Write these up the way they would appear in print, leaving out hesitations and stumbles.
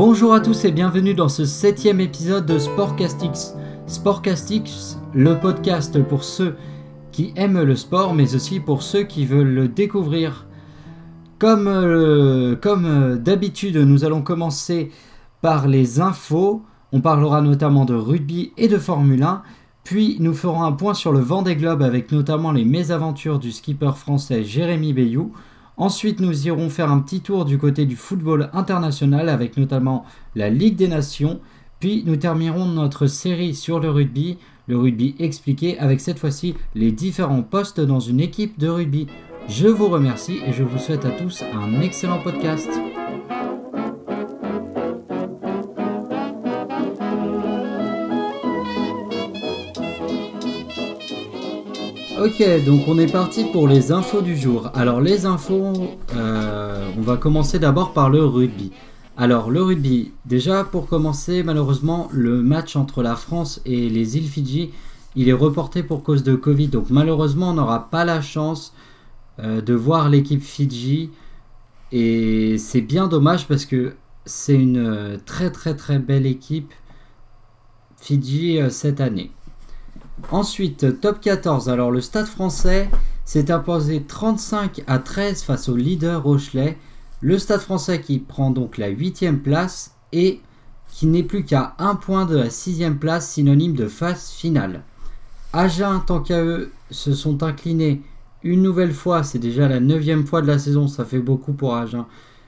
Bonjour à tous et bienvenue dans ce 7e épisode de Sportcastix. Sportcastix, le podcast pour ceux qui aiment le sport, mais aussi pour ceux qui veulent le découvrir. Comme d'habitude, nous allons commencer par les infos. On parlera notamment de rugby et de Formule 1. Puis nous ferons un point sur le Vendée Globe avec notamment les mésaventures du skipper français Jérémy Béyoux. Ensuite, nous irons faire un petit tour du côté du football international avec notamment la Ligue des Nations. Puis nous terminerons notre série sur le rugby expliqué avec cette fois-ci les différents postes dans une équipe de rugby. Je vous remercie et je vous souhaite à tous un excellent podcast. Ok, donc on est parti pour les infos du jour. Alors les infos, on va commencer d'abord par le rugby. Alors le rugby, déjà pour commencer, malheureusement, le match entre la France et les îles Fidji, il est reporté pour cause de Covid. Donc malheureusement, on n'aura pas la chance de voir l'équipe Fidji. Et c'est bien dommage parce que c'est une très très très belle équipe Fidji cette année. Ensuite, top 14. Alors le Stade français s'est imposé 35-13 face au leader Rochelais. Le Stade français qui prend donc la 8e place et qui n'est plus qu'à 1 point de la 6e place, synonyme de phase finale. Agen, tant qu'à eux, se sont inclinés une nouvelle fois. C'est déjà la 9e fois de la saison, ça fait beaucoup pour Agen.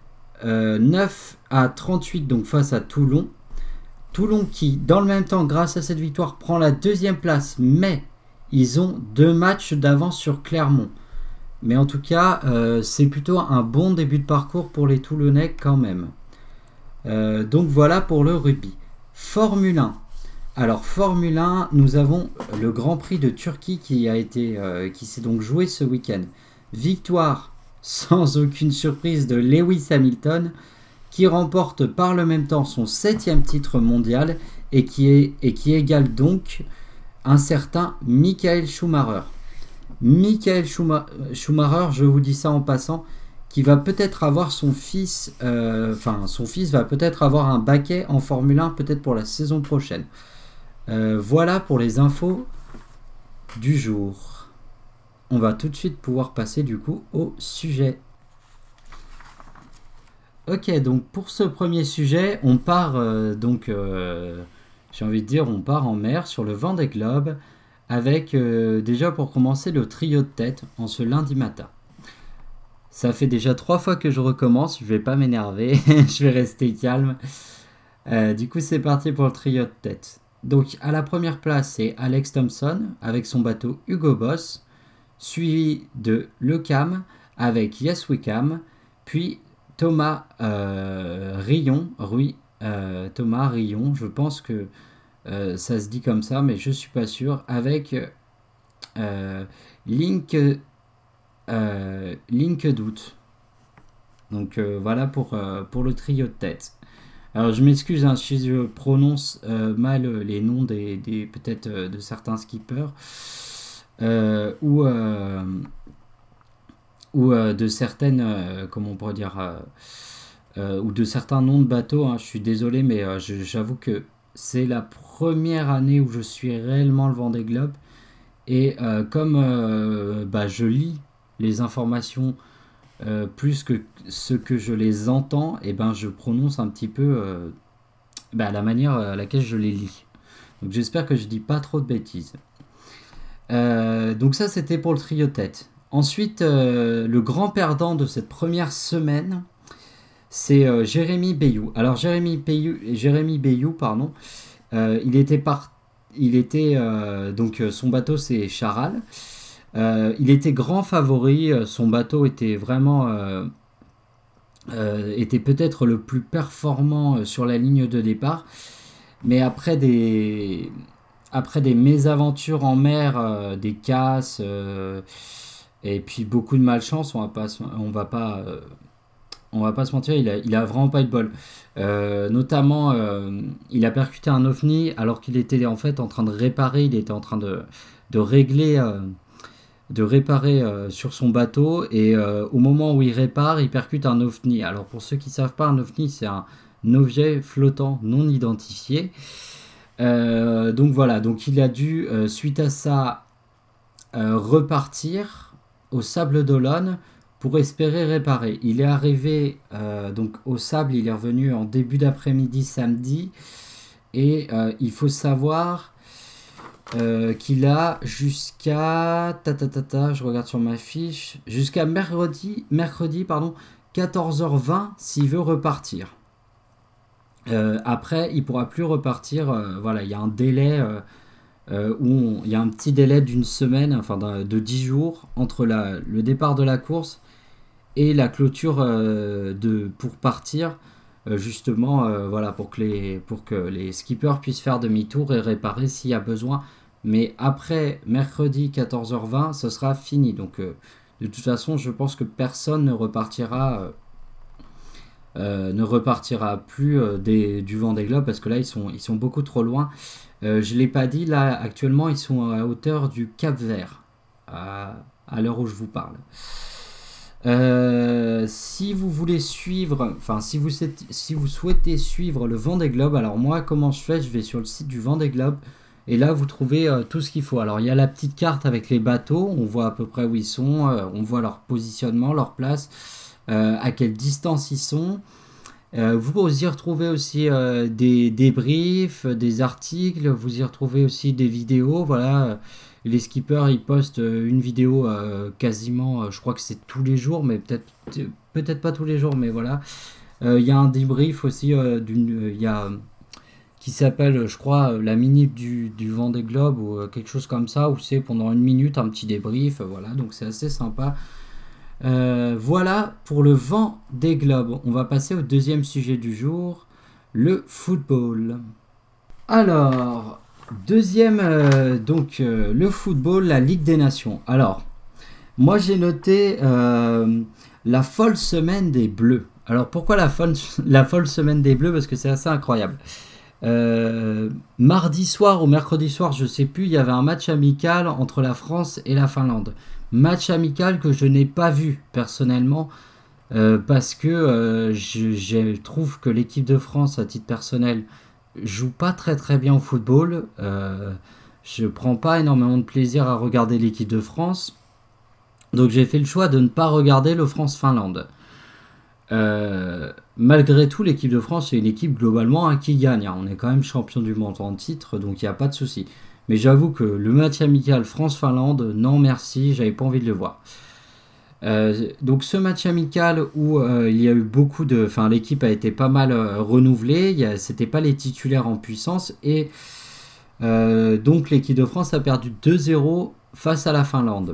9-38 donc face à Toulon. Toulon qui, dans le même temps, grâce à cette victoire, prend la 2e place, mais ils ont 2 matchs d'avance sur Clermont. Mais en tout cas, c'est plutôt un bon début de parcours pour les Toulonnais quand même. Donc voilà pour le rugby. Formule 1. Alors Formule 1, nous avons le Grand Prix de Turquie qui s'est donc joué ce week-end. Victoire sans aucune surprise de Lewis Hamilton, qui remporte par le même temps son 7e titre mondial et qui égale donc un certain Michael Schumacher. Michael Schumacher, je vous dis ça en passant, qui va peut-être avoir son fils va peut-être avoir un baquet en Formule 1 peut-être pour la saison prochaine. Voilà pour les infos du jour. On va tout de suite pouvoir passer du coup au sujet. Ok, donc pour ce premier sujet, on part on part en mer sur le Vendée Globe avec déjà pour commencer le trio de tête en ce lundi matin. Ça fait déjà 3 fois que je recommence, je vais pas m'énerver, je vais rester calme. Du coup, c'est parti pour le trio de tête. Donc à la première place, c'est Alex Thompson avec son bateau Hugo Boss, suivi de Le Cam avec Yes We Cam, puis Thomas Rillon, Thomas Rillon, je pense que ça se dit comme ça, mais je suis pas sûr, avec Link Doute. Donc voilà pour le trio de tête. Alors je m'excuse si je prononce mal les noms des peut-être de certains skippers ou de certaines, comment on pourrait dire, ou de certains noms de bateaux. Je suis désolé, mais j'avoue que c'est la première année où je suis réellement le Vendée Globe. Et comme je lis les informations plus que ce que je les entends, et je prononce un petit peu la manière à laquelle je les lis. Donc j'espère que je dis pas trop de bêtises. Donc ça, c'était pour le trio tête. Ensuite, le grand perdant de cette première semaine, c'est Jérémy Béyoux. Alors Jérémy Béyoux, donc son bateau c'est Charal. Il était grand favori. Son bateau était vraiment était peut-être le plus performant sur la ligne de départ. Mais après des mésaventures en mer, des casses. Et puis beaucoup de malchance, on va pas se mentir, il a vraiment pas eu de bol. Notamment, il a percuté un ovni alors qu'il était en fait en train de réparer, il était en train de régler, de réparer sur son bateau, et au moment où il répare, il percute un ovni. Alors pour ceux qui ne savent pas, un ovni objet flottant non identifié. Donc voilà, donc il a dû, suite à ça, repartir au Sable d'Olonne pour espérer réparer. Il est arrivé donc au Sable, il est revenu en début d'après-midi samedi, et il faut savoir qu'il a jusqu'à je regarde sur ma fiche, jusqu'à mercredi 14h20 s'il veut repartir. Après, il pourra plus repartir. Voilà, il y a un délai il y a un petit délai d'une semaine, enfin de 10 jours entre le départ de la course et la clôture pour partir. Justement, voilà, pour que les skippers puissent faire demi-tour et réparer s'il y a besoin. Mais après mercredi 14h20, ce sera fini. Donc, de toute façon, je pense que personne ne repartira plus du Vendée Globe, parce que là, ils sont beaucoup trop loin. Je ne l'ai pas dit, là, actuellement, ils sont à hauteur du Cap-Vert, à l'heure où je vous parle. Si vous voulez suivre, enfin si vous souhaitez suivre le Vendée Globe, alors moi comment je fais, je vais sur le site du Vendée Globe et là vous trouvez tout ce qu'il faut. Alors il y a la petite carte avec les bateaux, on voit à peu près où ils sont, on voit leur positionnement, leur place, à quelle distance ils sont. Vous y retrouvez aussi des débriefs, des articles, vous y retrouvez aussi des vidéos, voilà. Les skippers, ils postent une vidéo quasiment, je crois que c'est tous les jours, mais peut-être pas tous les jours, mais voilà. Il y a un débrief aussi qui s'appelle, je crois, la minute du Vendée Globe ou quelque chose comme ça, où c'est pendant une minute un petit débrief, voilà, donc c'est assez sympa. Voilà pour le Vendée Globe. On va passer au deuxième sujet du jour, le football. Alors, deuxième, le football, la Ligue des Nations. Alors, moi j'ai noté la folle semaine des Bleus. Alors pourquoi la folle semaine des Bleus? Parce que c'est assez incroyable. Mardi soir ou mercredi soir, je sais plus, il y avait un match amical entre la France et la Finlande. Match amical que je n'ai pas vu personnellement, parce que je trouve que l'équipe de France, à titre personnel, joue pas très très bien au football. Je prends pas énormément de plaisir à regarder l'équipe de France, donc j'ai fait le choix de ne pas regarder le France-Finlande. Malgré tout, l'équipe de France est une équipe globalement qui gagne. On est quand même champion du monde en titre, donc il n'y a pas de souci. Mais j'avoue que le match amical France-Finlande, non merci, j'avais pas envie de le voir. Donc ce match amical où il y a eu beaucoup de... Enfin, l'équipe a été pas mal renouvelée, c'était pas les titulaires en puissance, et donc l'équipe de France a perdu 2-0 face à la Finlande.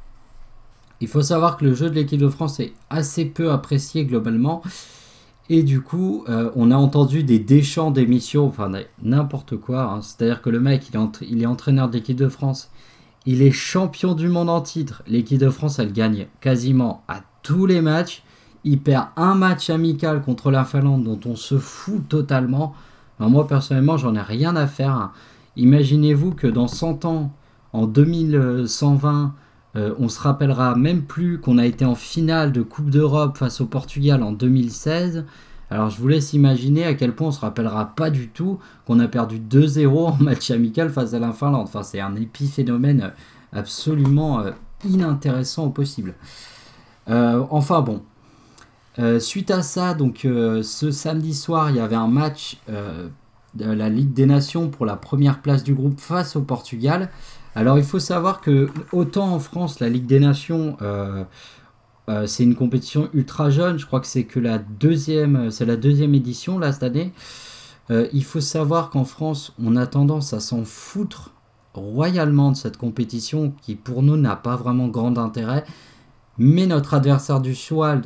Il faut savoir que le jeu de l'équipe de France est assez peu apprécié globalement, et du coup on a entendu des Deschamps d'émissions, enfin n'importe quoi, hein. C'est-à-dire que le mec il est entraîneur de l'équipe de France, il est champion du monde en titre, l'équipe de France elle gagne quasiment à tous les matchs, il perd un match amical contre la Finlande dont on se fout totalement. Alors moi personnellement j'en ai rien à faire, hein. Imaginez-vous que dans 100 ans, en 2120, on se rappellera même plus qu'on a été en finale de Coupe d'Europe face au Portugal en 2016. Alors je vous laisse imaginer à quel point on se rappellera pas du tout qu'on a perdu 2-0 en match amical face à la Finlande. Enfin, c'est un épiphénomène absolument inintéressant au possible. Enfin bon. Suite à ça, donc ce samedi soir, il y avait un match de la Ligue des Nations pour la première place du groupe face au Portugal. Alors il faut savoir que autant en France, la Ligue des Nations, c'est une compétition ultra jeune. Je crois que c'est la deuxième édition là cette année. Il faut savoir qu'en France, on a tendance à s'en foutre royalement de cette compétition qui pour nous n'a pas vraiment grand intérêt. Mais notre adversaire du soir,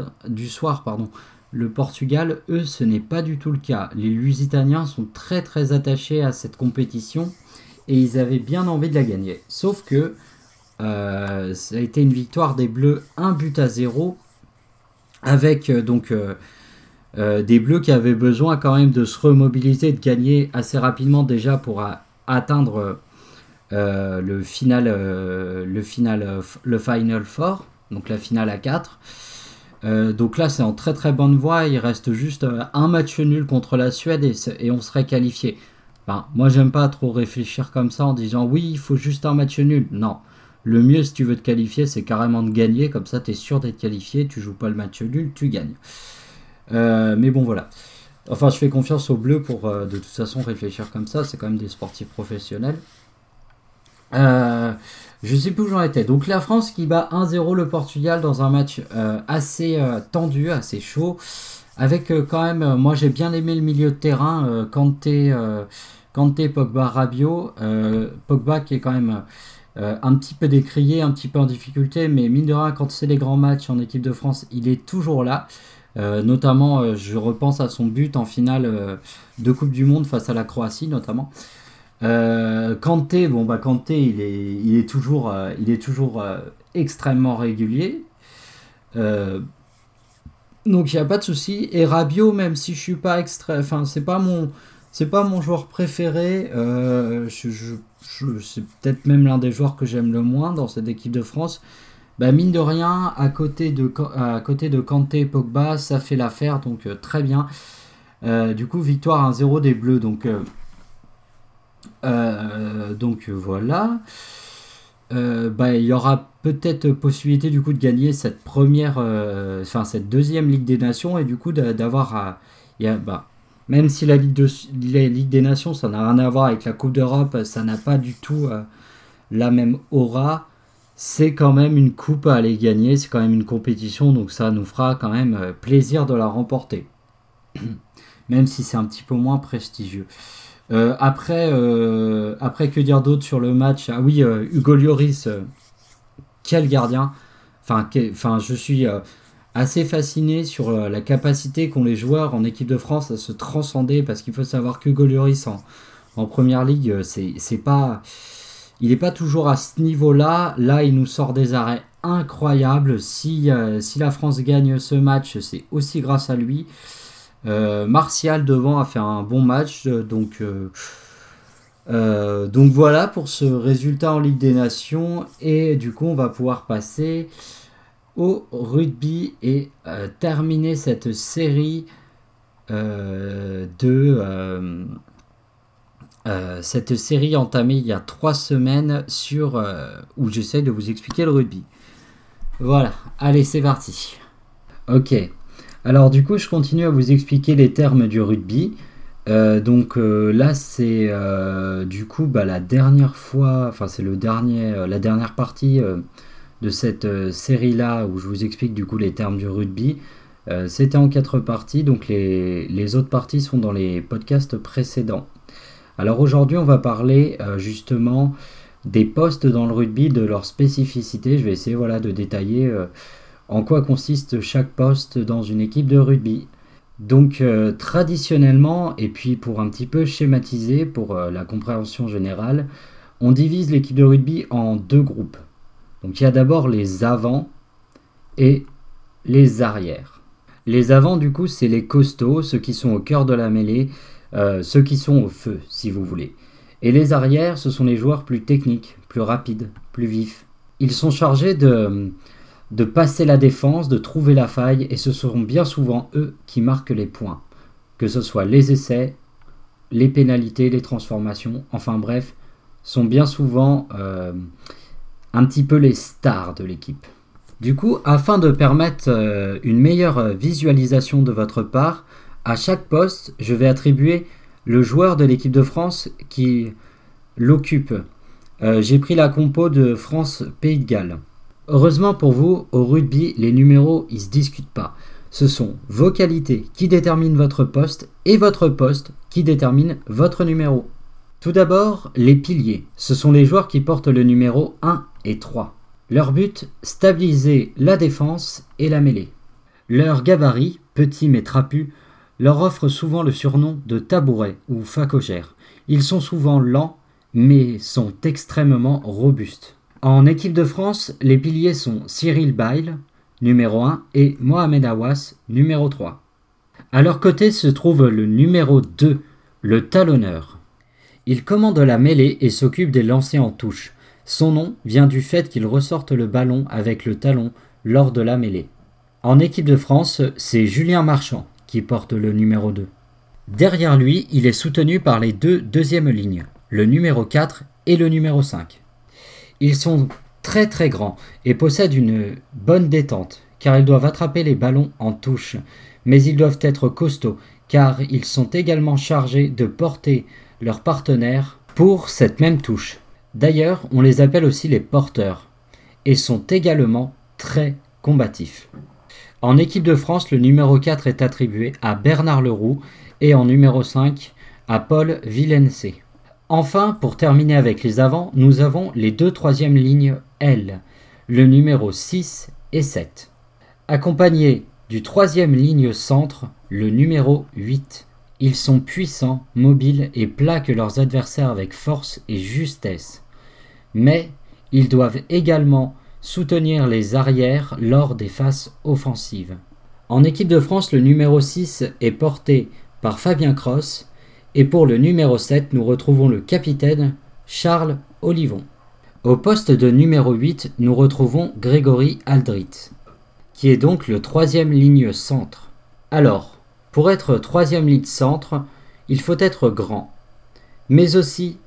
le Portugal, eux, ce n'est pas du tout le cas. Les Lusitaniens sont très très attachés à cette compétition et ils avaient bien envie de la gagner. Sauf que ça a été une victoire des Bleus 1-0 avec des Bleus qui avaient besoin quand même de se remobiliser, de gagner assez rapidement déjà pour atteindre le Final Four, donc la finale à 4. Donc là, c'est en très très bonne voie. Il reste juste un match nul contre la Suède et on serait qualifié. Enfin, moi, j'aime pas trop réfléchir comme ça en disant oui, il faut juste un match nul. Non. Le mieux, si tu veux te qualifier, c'est carrément de gagner. Comme ça, tu es sûr d'être qualifié. Tu joues pas le match nul, tu gagnes. Mais bon, voilà. Enfin, je fais confiance aux Bleus pour de toute façon réfléchir comme ça. C'est quand même des sportifs professionnels. Je sais plus où j'en étais. Donc la France qui bat 1-0 le Portugal dans un match assez tendu, assez chaud. Avec quand même, moi j'ai bien aimé le milieu de terrain, Kanté, Pogba, Rabiot. Pogba qui est quand même un petit peu décrié, un petit peu en difficulté, mais mine de rien, quand c'est les grands matchs en équipe de France, il est toujours là. Notamment, je repense à son but en finale de Coupe du Monde face à la Croatie notamment. Kanté, Kanté, il est toujours extrêmement régulier. Donc il n'y a pas de souci. Et Rabiot, même si je suis pas c'est pas mon joueur préféré. C'est peut-être même l'un des joueurs que j'aime le moins dans cette équipe de France. Mine de rien, à côté de Kanté et Pogba, ça fait l'affaire, donc très bien. Du coup, victoire 1-0 des Bleus, donc voilà. Il y aura peut-être possibilité du coup de gagner cette cette deuxième Ligue des Nations et du coup d'avoir même si la Ligue des Nations ça n'a rien à voir avec la Coupe d'Europe, ça n'a pas du tout la même aura. C'est quand même une coupe à aller gagner, c'est quand même une compétition, donc ça nous fera quand même plaisir de la remporter. Même si c'est un petit peu moins prestigieux. Après, que dire d'autre sur le match ? Ah oui, Hugo Lloris, quel gardien. Je suis assez fasciné sur la capacité qu'ont les joueurs en équipe de France à se transcender, parce qu'il faut savoir qu'Hugo Lloris en première ligue, il n'est pas toujours à ce niveau-là. Là, il nous sort des arrêts incroyables. Si la France gagne ce match, c'est aussi grâce à lui. Martial devant a fait un bon match, donc voilà pour ce résultat en Ligue des Nations, et du coup on va pouvoir passer au rugby et terminer cette série entamée il y a 3 semaines où j'essaie de vous expliquer le rugby. Voilà, allez c'est parti. Ok. Alors du coup, je continue à vous expliquer les termes du rugby. Là, c'est du coup la dernière fois, c'est la dernière partie de cette série-là où je vous explique du coup les termes du rugby. C'était en 4 parties, donc les autres parties sont dans les podcasts précédents. Alors aujourd'hui, on va parler justement des postes dans le rugby, de leur spécificité. Je vais essayer de détailler en quoi consiste chaque poste dans une équipe de rugby. Donc traditionnellement, et puis pour un petit peu schématiser, pour la compréhension générale, on divise l'équipe de rugby en 2 groupes. Donc il y a d'abord les avants et les arrières. Les avants du coup c'est les costauds, ceux qui sont au cœur de la mêlée, ceux qui sont au feu si vous voulez. Et les arrières ce sont les joueurs plus techniques, plus rapides, plus vifs. Ils sont chargés de passer la défense, de trouver la faille, et ce seront bien souvent eux qui marquent les points. Que ce soit les essais, les pénalités, les transformations, enfin bref, sont bien souvent un petit peu les stars de l'équipe. Du coup, afin de permettre une meilleure visualisation de votre part, à chaque poste, je vais attribuer le joueur de l'équipe de France qui l'occupe. J'ai pris la compo de France-Pays de Galles. Heureusement pour vous, au rugby, les numéros, ils se discutent pas. Ce sont vos qualités qui déterminent votre poste et votre poste qui détermine votre numéro. Tout d'abord, les piliers. Ce sont les joueurs qui portent le numéro 1 et 3. Leur but, stabiliser la défense et la mêlée. Leur gabarit, petit mais trapu, leur offre souvent le surnom de tabouret ou phacochère. Ils sont souvent lents, mais sont extrêmement robustes. En équipe de France, les piliers sont Cyril Baille, numéro 1, et Mohamed Awas, numéro 3. À leur côté se trouve le numéro 2, le talonneur. Il commande la mêlée et s'occupe des lancers en touche. Son nom vient du fait qu'il ressorte le ballon avec le talon lors de la mêlée. En équipe de France, c'est Julien Marchand qui porte le numéro 2. Derrière lui, il est soutenu par les deux deuxièmes lignes, le numéro 4 et le numéro 5. Ils sont très très grands et possèdent une bonne détente, car ils doivent attraper les ballons en touche, mais ils doivent être costauds, car ils sont également chargés de porter leurs partenaires pour cette même touche. D'ailleurs, on les appelle aussi les porteurs, et sont également très combatifs. En équipe de France, le numéro 4 est attribué à Bernard Leroux et en numéro 5 à Paul Villeneuve. Enfin, pour terminer avec les avants, nous avons les deux troisièmes lignes L, le numéro 6 et 7, accompagnés du troisième ligne centre, le numéro 8. Ils sont puissants, mobiles et plaquent leurs adversaires avec force et justesse. Mais ils doivent également soutenir les arrières lors des phases offensives. En équipe de France, le numéro 6 est porté par Fabien Cros et pour le numéro 7, nous retrouvons le capitaine Charles Olivon. Au poste de numéro 8, nous retrouvons Grégory Aldrit, qui est donc le troisième ligne centre. Alors, pour être troisième ligne centre, il faut être grand, mais aussi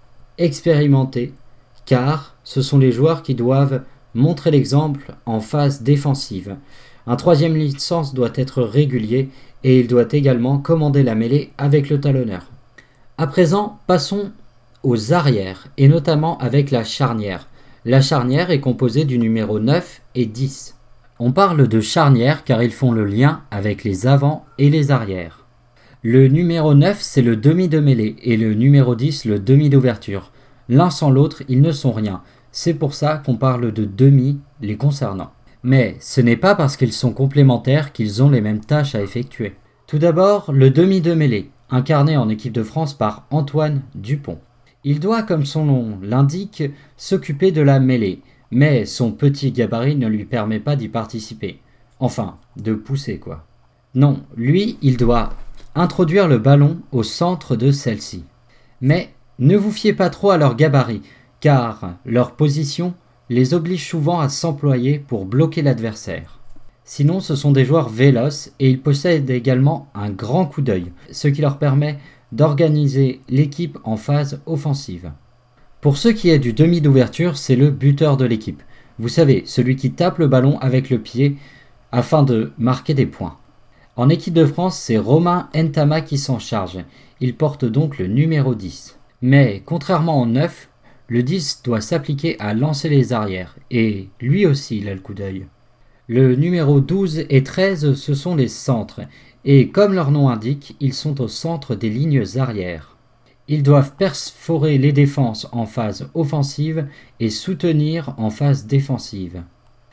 expérimenté, car ce sont les joueurs qui doivent montrer l'exemple en phase défensive. Un troisième ligne centre doit être régulier et il doit également commander la mêlée avec le talonneur. À présent, passons aux arrières et notamment avec la charnière. La charnière est composée du numéro 9 et 10. On parle de charnière car ils font le lien avec les avants et les arrières. Le numéro 9 c'est le demi de mêlée et le numéro 10 le demi d'ouverture. L'un sans l'autre, ils ne sont rien. C'est pour ça qu'on parle de demi les concernant. Mais ce n'est pas parce qu'ils sont complémentaires qu'ils ont les mêmes tâches à effectuer. Tout d'abord, le demi de mêlée, incarné en équipe de France par Antoine Dupont. Il doit, comme son nom l'indique, s'occuper de la mêlée, mais son petit gabarit ne lui permet pas d'y participer. Enfin, de pousser quoi. Non, lui, il doit introduire le ballon au centre de celle-ci. Mais ne vous fiez pas trop à leur gabarit, car leur position les oblige souvent à s'employer pour bloquer l'adversaire. Sinon, ce sont des joueurs véloces et ils possèdent également un grand coup d'œil, ce qui leur permet d'organiser l'équipe en phase offensive. Pour ce qui est du demi d'ouverture, c'est le buteur de l'équipe. Vous savez, celui qui tape le ballon avec le pied afin de marquer des points. En équipe de France, c'est Romain Ntama qui s'en charge. Il porte donc le numéro 10. Mais contrairement au 9, le 10 doit s'appliquer à lancer les arrières, et lui aussi il a le coup d'œil. Le numéro 12 et 13, ce sont les centres, et comme leur nom indique, ils sont au centre des lignes arrières. Ils doivent perforer les défenses en phase offensive et soutenir en phase défensive.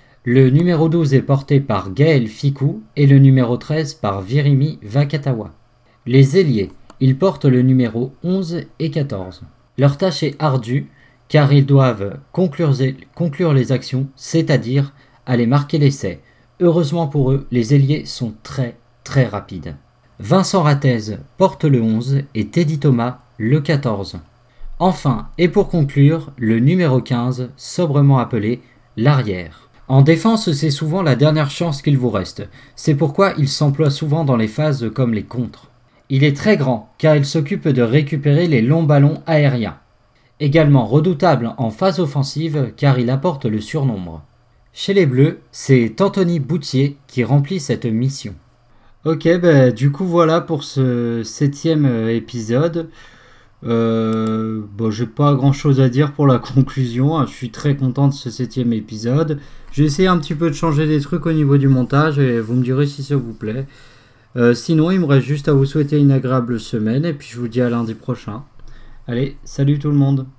Le numéro 12 est porté par Gaël Ficou et le numéro 13 par Virimi Vakatawa. Les ailiers, ils portent le numéro 11 et 14. Leur tâche est ardue, car ils doivent conclure les actions, c'est-à-dire aller marquer l'essai. Heureusement pour eux, les ailiers sont très très rapides. Vincent Rattez porte le 11 et Teddy Thomas le 14. Enfin, et pour conclure, le numéro 15, sobrement appelé l'arrière. En défense, c'est souvent la dernière chance qu'il vous reste. C'est pourquoi il s'emploie souvent dans les phases comme les contres. Il est très grand, car il s'occupe de récupérer les longs ballons aériens. Également redoutable en phase offensive, car il apporte le surnombre. Chez les Bleus, c'est Anthony Boutier qui remplit cette mission. Ok, du coup voilà pour ce 7e épisode. J'ai pas grand chose à dire pour la conclusion. Je suis très content de ce 7e épisode. J'ai essayé un petit peu de changer des trucs au niveau du montage et vous me direz si ça vous plaît. Sinon, il me reste juste à vous souhaiter une agréable semaine et puis je vous dis à lundi prochain. Allez, salut tout le monde!